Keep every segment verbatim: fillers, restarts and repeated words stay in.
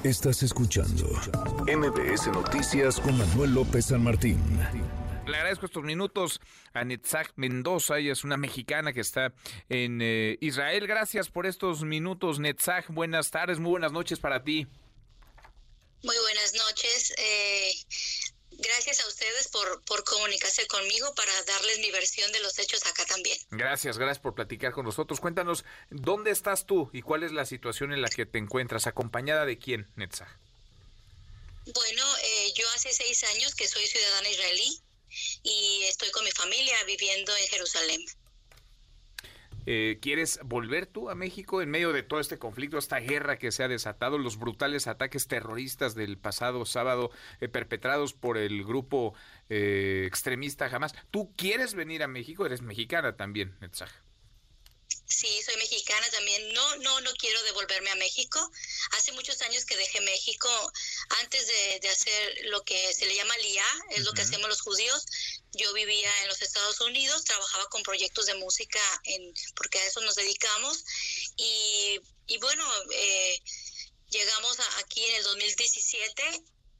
Estás escuchando M B S Noticias con Manuel López San Martín. Le agradezco estos minutos a Netzach Mendoza. Ella es una mexicana que está en eh, Israel. Gracias por estos minutos, Netzach. Buenas tardes, muy buenas noches para ti. Muy buenas noches. Eh, gracias a ustedes por, por comunicarse conmigo para darles mi versión de los hechos acá también. Gracias, gracias por platicar con nosotros. Cuéntanos, ¿dónde estás tú y cuál es la situación en la que te encuentras? ¿Acompañada de quién, Netzach? Bueno, eh, yo hace seis años que soy ciudadana israelí y estoy con mi familia viviendo en Jerusalén. Eh, ¿Quieres volver tú a México en medio de todo este conflicto, esta guerra que se ha desatado, los brutales ataques terroristas del pasado sábado eh, perpetrados por el grupo eh, extremista Hamas? ¿Tú quieres venir a México? Eres mexicana también, Netzach. Sí, soy mexicana también. No, no, no quiero devolverme a México. Hace muchos años que dejé México antes de, de hacer lo que se le llama Aliyá, es uh-huh. lo que hacemos los judíos. Yo vivía en los Estados Unidos, trabajaba con proyectos de música, en, porque a eso nos dedicamos. Y, y bueno, eh, llegamos a, aquí en el dos mil diecisiete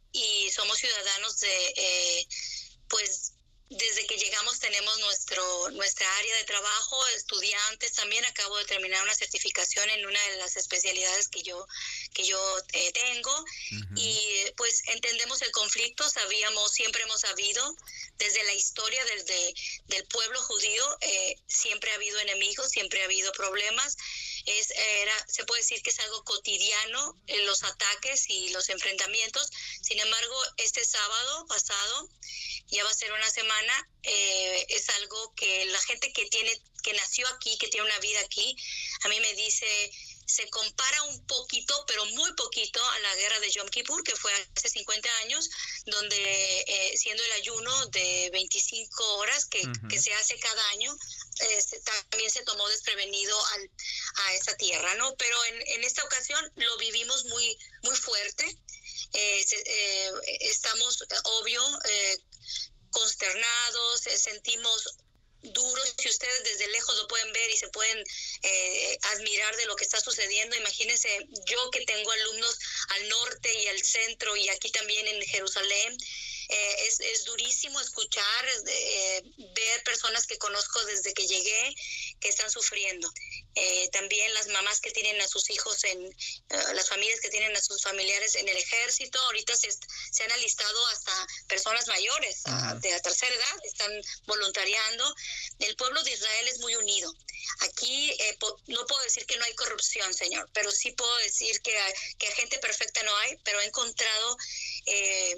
y somos ciudadanos de, eh, pues, desde que llegamos tenemos nuestro nuestra área de trabajo, estudiantes también. Acabo de terminar una certificación en una de las especialidades que yo que yo eh, tengo uh-huh. y pues entendemos el conflicto. Sabíamos, siempre hemos sabido desde la historia desde del pueblo judío, eh, siempre ha habido enemigos, siempre ha habido problemas. Es era se puede decir que es algo cotidiano, eh, los ataques y los enfrentamientos. Sin embargo, este sábado pasado, ya va a ser una semana, eh, es algo que la gente que tiene, que nació aquí, que tiene una vida aquí, a mí me dice, se compara un poquito, pero muy poquito, a la guerra de Yom Kippur, que fue hace cincuenta años, donde eh, siendo el ayuno de veinticinco horas que, uh-huh. que se hace cada año, eh, se, también se tomó desprevenido al, a esta tierra, ¿no? Pero en, en esta ocasión lo vivimos muy, muy fuerte. Eh, se, eh, estamos, obvio, eh, consternados, eh, sentimos duros. Si ustedes desde lejos lo pueden ver y se pueden eh, admirar de lo que está sucediendo, imagínense yo que tengo alumnos al norte y al centro y aquí también en Jerusalén. Eh, es, es durísimo escuchar, eh, ver personas que conozco desde que llegué que están sufriendo. Eh, también las mamás que tienen a sus hijos en, uh, las familias que tienen a sus familiares en el ejército. Ahorita se, se han alistado hasta personas mayores, uh, de la tercera edad, están voluntariando. El pueblo de Israel es muy unido. Aquí eh, po- no puedo decir que no hay corrupción, señor, pero sí puedo decir que, que gente perfecta no hay, pero he encontrado eh,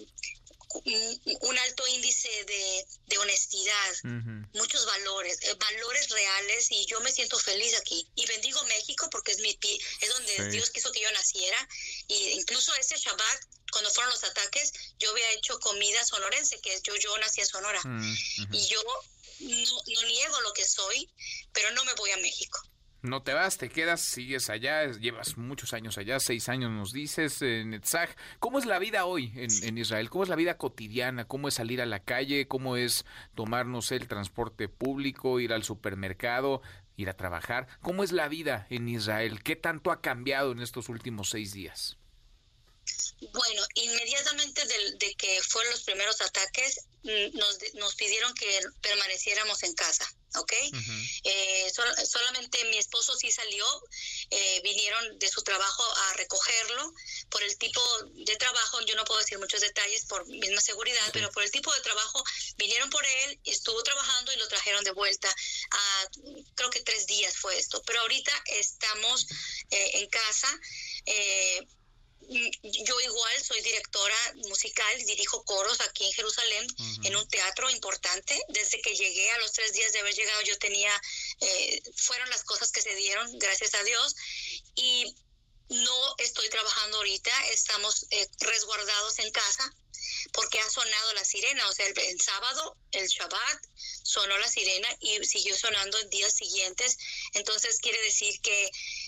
un alto índice de, de honestidad, uh-huh. muchos valores, eh, valores reales, y yo me siento feliz aquí. Y bendigo México porque es mi es donde sí. Dios quiso que yo naciera. Y incluso ese Shabbat, cuando fueron los ataques, yo había hecho comida sonorense, que yo, yo nací en Sonora. Uh-huh. Y yo no, no niego lo que soy, pero no me voy a México. No te vas, te quedas, sigues allá, llevas muchos años allá, seis años nos dices, eh, Netzach. ¿Cómo es la vida hoy en, en Israel? ¿Cómo es la vida cotidiana? ¿Cómo es salir a la calle? ¿Cómo es tomarnos el transporte público, ir al supermercado, ir a trabajar? ¿Cómo es la vida en Israel? ¿Qué tanto ha cambiado en estos últimos seis días? Bueno, inmediatamente de, de que fueron los primeros ataques, nos, nos pidieron que permaneciéramos en casa. ¿Ok? Uh-huh. Eh, sol, solamente mi esposo sí salió, eh, vinieron de su trabajo a recogerlo. Por el tipo de trabajo, yo no puedo decir muchos detalles por misma seguridad, sí. pero por el tipo de trabajo, vinieron por él, estuvo trabajando y lo trajeron de vuelta. A, creo que tres días fue esto, pero ahorita estamos eh, en casa. Eh, Yo igual soy directora musical, dirijo coros aquí en Jerusalén, uh-huh. en un teatro importante. Desde que llegué, a los tres días de haber llegado, yo tenía, eh, fueron las cosas que se dieron, gracias a Dios. Y no estoy trabajando ahorita, estamos eh, resguardados en casa, porque ha sonado la sirena. O sea, el, el sábado, el Shabbat, sonó la sirena y siguió sonando en días siguientes. Entonces quiere decir que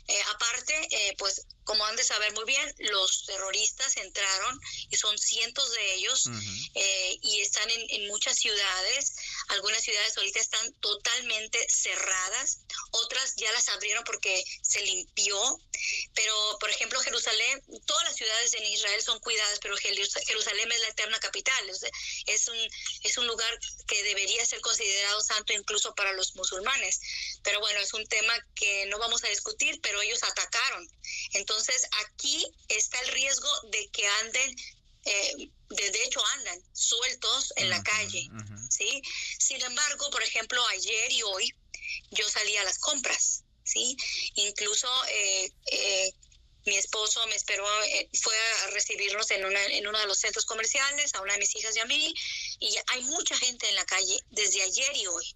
Eh, aparte, eh, pues como han de saber muy bien, los terroristas entraron y son cientos de ellos uh-huh. eh, y están en, en muchas ciudades. Algunas ciudades ahorita están totalmente cerradas, otras ya las abrieron porque se limpió, pero por ejemplo Jerusalén, todas las ciudades en Israel son cuidadas, pero Jerusalén es la eterna capital, es, es, un, es un lugar que debería ser considerado santo incluso para los musulmanes, pero bueno, es un tema que no vamos a discutir, pero ellos atacaron. Entonces aquí está el riesgo de que anden, eh, de, de hecho andan sueltos en uh-huh, la calle, uh-huh. ¿sí? Sin embargo, por ejemplo, ayer y hoy yo salí a las compras, ¿sí? Incluso eh, eh, mi esposo me esperó, eh, fue a recibirnos en, una, en uno de los centros comerciales, a una de mis hijas y a mí, y hay mucha gente en la calle desde ayer y hoy.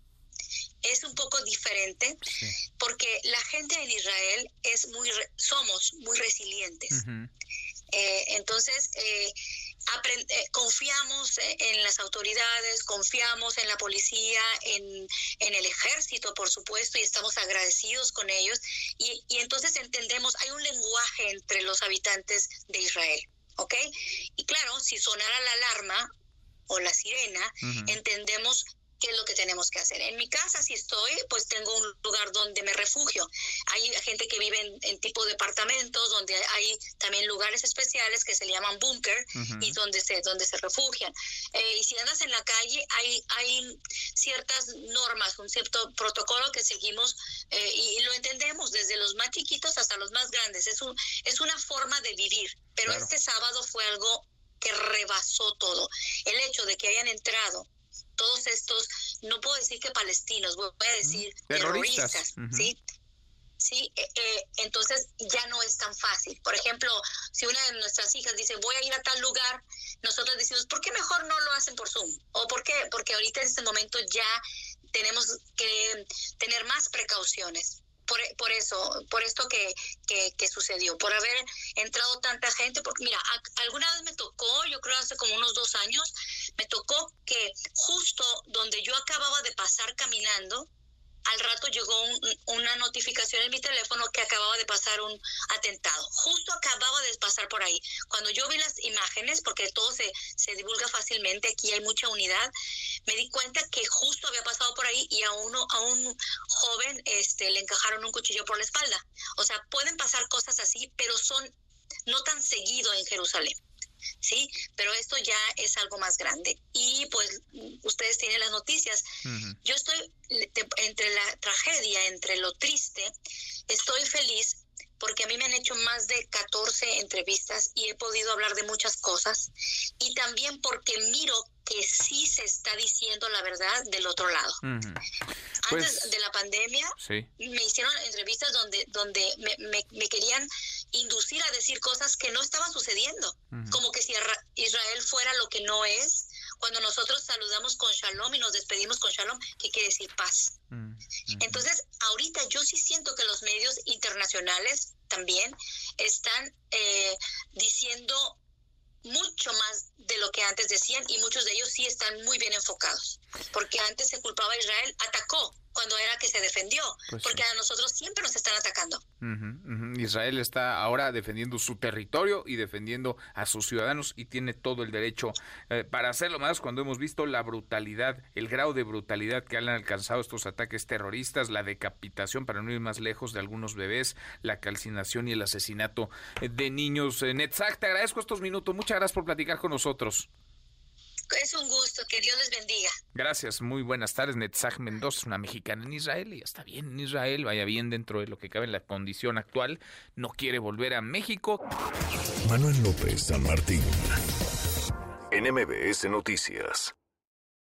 Es un poco diferente sí. porque la gente en Israel es muy, somos muy resilientes. Uh-huh. Eh, entonces, eh, aprend- eh, confiamos en las autoridades, confiamos en la policía, en, en el ejército, por supuesto, y estamos agradecidos con ellos. Y, y entonces entendemos, hay un lenguaje entre los habitantes de Israel, ¿ok? Y claro, si sonara la alarma o la sirena, uh-huh. entendemos qué es lo que tenemos que hacer. En mi casa, si estoy, pues tengo un lugar donde me refugio. Hay gente que vive en, en tipo de departamentos, donde hay también lugares especiales que se le llaman búnker, uh-huh. y donde se, donde se refugian. Eh, y si andas en la calle, hay, hay ciertas normas, un cierto protocolo que seguimos, eh, y, y lo entendemos desde los más chiquitos hasta los más grandes. Es, un, es una forma de vivir. Pero claro. Este sábado fue algo que rebasó todo. El hecho de que hayan entrado todos estos, no puedo decir que palestinos, voy a decir uh-huh. terroristas, terroristas uh-huh. ¿sí? Sí, eh, eh, entonces ya no es tan fácil. Por ejemplo, si una de nuestras hijas dice, voy a ir a tal lugar, nosotros decimos, ¿por qué mejor no lo hacen por Zoom? ¿O por qué? Porque ahorita en este momento ya tenemos que tener más precauciones. Por, por eso, por esto que, que, que sucedió, por haber entrado tanta gente, porque mira, a, alguna vez me tocó, yo creo hace como unos dos años, me tocó que justo donde yo acababa de pasar caminando, al rato llegó un, una notificación en mi teléfono que acababa de pasar un atentado. Justo acababa de pasar por ahí. Cuando yo vi las imágenes, porque todo se, se divulga fácilmente, aquí hay mucha unidad, me di cuenta que justo había pasado por ahí y a uno, a un joven este, le encajaron un cuchillo por la espalda. O sea, pueden pasar cosas así, pero son no tan seguido en Jerusalén. Sí, pero esto ya es algo más grande y pues ustedes tienen las noticias. Uh-huh. Yo estoy de, entre la tragedia, entre lo triste, estoy feliz porque a mí me han hecho más de catorce entrevistas y he podido hablar de muchas cosas y también porque miro que sí se está diciendo la verdad del otro lado. Uh-huh. Pues, antes de la pandemia, sí. me hicieron entrevistas donde, donde me, me, me querían inducir a decir cosas que no estaban sucediendo, uh-huh. como que si Israel fuera lo que no es, cuando nosotros saludamos con shalom y nos despedimos con shalom, que quiere decir paz. Uh-huh. Entonces, ahorita yo sí siento que los medios internacionales también están eh, diciendo mucho más de lo que antes decían y muchos de ellos sí están muy bien enfocados, porque antes se culpaba a Israel, atacó cuando era que se defendió, pues porque sí. a nosotros siempre nos están atacando. Uh-huh, uh-huh. Israel está ahora defendiendo su territorio y defendiendo a sus ciudadanos y tiene todo el derecho eh, para hacerlo, más cuando hemos visto la brutalidad, el grado de brutalidad que han alcanzado estos ataques terroristas, la decapitación, para no ir más lejos, de algunos bebés, la calcinación y el asesinato de niños. Eh, Netzach, te agradezco estos minutos, muchas gracias por platicar con nosotros. Es un gusto, que Dios les bendiga. Gracias, muy buenas tardes. Netzach Mendoza, una mexicana en Israel, y ya está bien en Israel, vaya bien dentro de lo que cabe en la condición actual, no quiere volver a México. Manuel López San Martín, en M B S Noticias.